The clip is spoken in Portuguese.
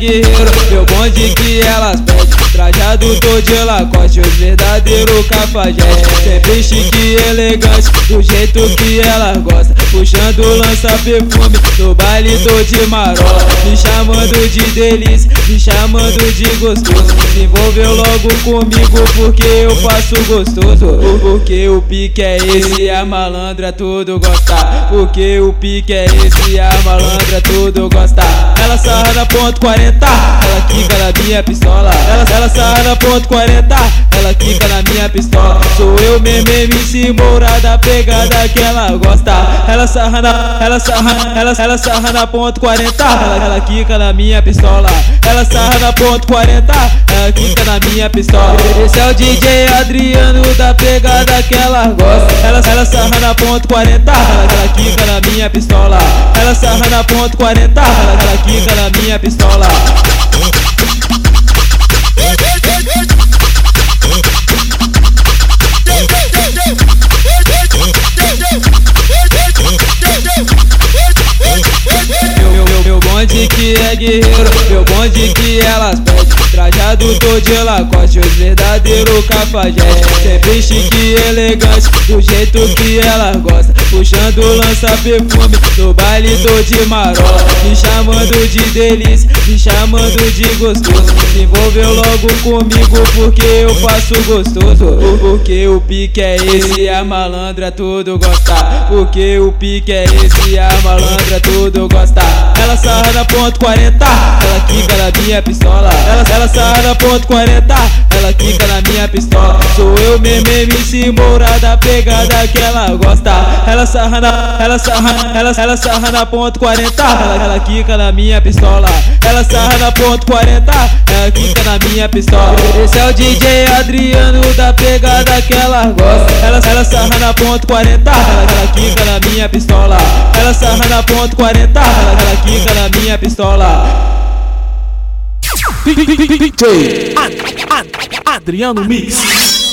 guerreiro, meu bonde que elas pedem. Trajado tô de Lacoste, os verdadeiros cafajeste. Sempre chique e elegante, do jeito que elas gostam. Puxando lança perfume, no baile tô de marola. Me chamando de delícia, me chamando de gostoso. Se envolveu logo comigo porque eu faço gostoso. Porque o pique é esse, a malandra tudo gosta. Porque o pique é esse, a malandra tudo gosta. Ela sarra na ponto 40, ela quica na minha pistola. Ela sarra na ponto 40, ela quica na minha pistola. Sou eu mesmo, MC Moura da pegada que ela gosta. Ela sarra na ponto 40, ela quica na minha pistola. Ela sarra na ponto 40, ela quica na minha pistola. Esse é o DJ Adriano da pegada que ela gosta. Ela sarra na ponto 40, ela quica na minha pistola. Ela sarra na ponto 40, ela quica na minha pistola. Meu bonde que é guerreiro, meu bonde que elas pedem. Trajado tô de Lacoste, os verdadeiros cafajeste. Sempre chique e elegante, do jeito que elas gostam. Puxando lança perfume, no baile tô de marola. Me chamando de delícia, me chamando de gostoso. Se envolveu logo comigo porque eu faço gostoso. Porque o pique é esse, a malandra tudo gosta. Porque o pique é esse, a malandra tudo gosta. Ela sarra na ponto 40, ela quica na minha pistola. Ela sarra na ponto 40, ela quica na minha pistola. Sou eu mesmo, MC Moura da pegada que ela gosta. Ela sarra na ponto 40, ela quica na minha pistola. Ela sarra na ponto 40, ela quica na minha pistola. Esse é o DJ Adriano da pegada que ela gosta. Ela sarra na ponto 40, ela quica na minha pistola. Ela sarra na ponto 40, ela quica na minha pistola. Adriano Mix.